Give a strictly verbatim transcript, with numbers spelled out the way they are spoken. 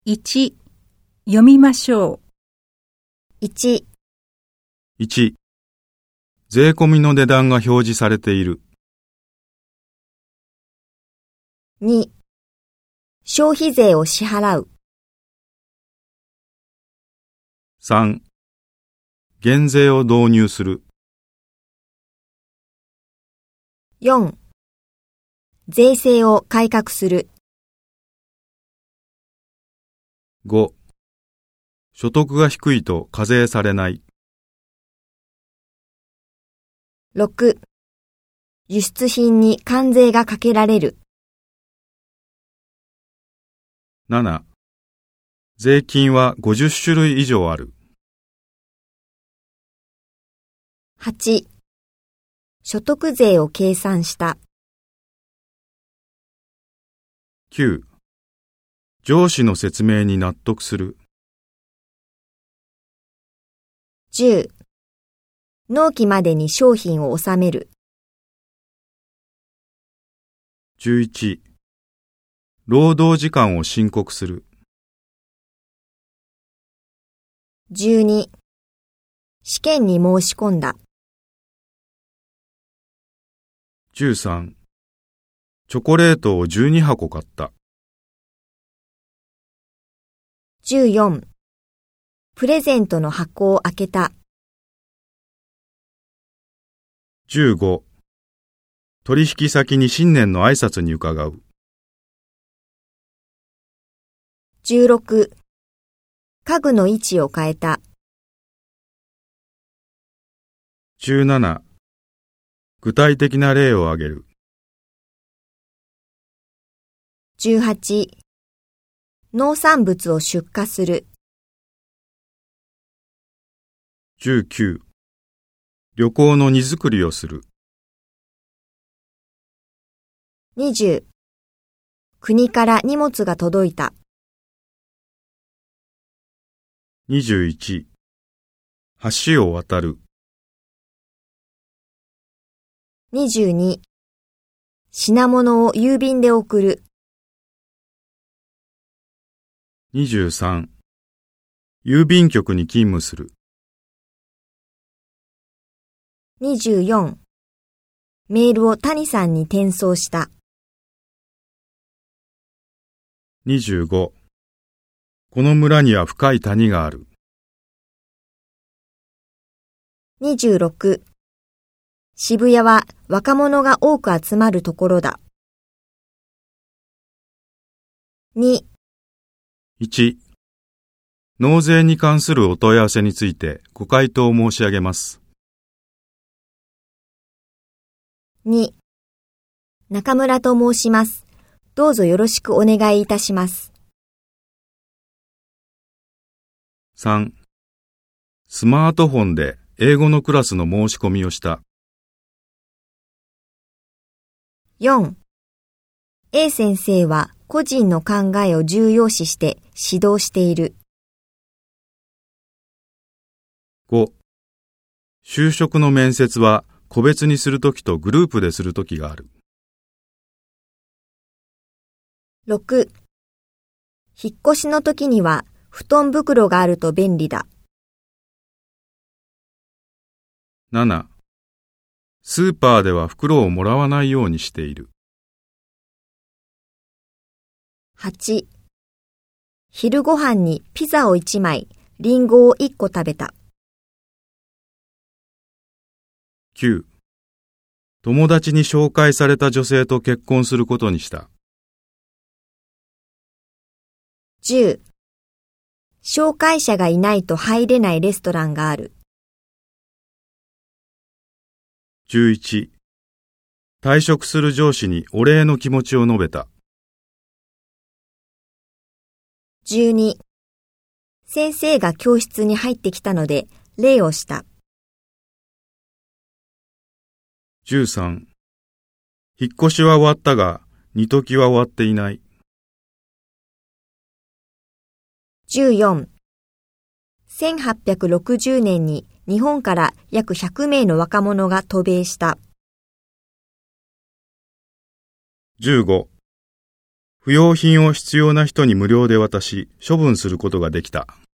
いち、読みましょう。 いち、 いち、税込みの値段が表示されている。 に、消費税を支払う。 さん、減税を導入する。 よん、税制を改革する。 ご、所得が低いと課税されない。 ろく、輸出品に関税がかけられる。 なな、税金はごじゅっしゅるい以上ある。 はち、所得税を計算した。 きゅう、上司の説明に納得する。 じゅう、納期までに商品を納める。 じゅういち、労働時間を申告する。 じゅうに、試験に申し込んだ。 じゅうさん、チョコレートをじゅうにはこ買った。 じゅうよん、プレゼントの箱を開けた。 じゅうご、取引先に新年の挨拶に伺う。 じゅうろく、家具の位置を変えた。 じゅうなな、具体的な例を挙げる。 じゅうはち、農産物を出荷する。 じゅうきゅう、旅行の荷造りをする。 にじゅう、国から荷物が届いた。 にじゅういち、橋を渡る。 にじゅうに、品物を郵便で送る。 にじゅうさん、郵便局に勤務する。 にじゅうよん、メールを谷さんに転送した。 にじゅうご、この村には深い谷がある。 にじゅうろく、渋谷は若者が多く集まるところだ。に、 いち、納税に関するお問い合わせについてご回答申し上げます。 に、中村と申します。どうぞよろしくお願いいたします。 さん、スマートフォンで英語のクラスの申し込みをした。 よん、A 先生は個人の考えを重要視して指導している。 ご、就職の面接は個別にするときとグループでするときがある。 ろく、引っ越しの時には布団袋があると便利だ。 なな、スーパーでは袋をもらわないようにしている。 はち、昼ご飯にピザをいちまい、リンゴをいっこ食べた。 きゅう、友達に紹介された女性と結婚することにした。 じゅう、紹介者がいないと入れないレストランがある。 じゅういち、退職する上司にお礼の気持ちを述べた。 じゅうに、先生が教室に入ってきたので礼をした。 じゅうさん、引っ越しは終わったが、煮溶きは終わっていない。 じゅうよん、せんはっぴゃくろくじゅうねんに日本から約ひゃくめいの若者が渡米した。 じゅうご、 不用品を必要な人に無料で渡し、処分することができた。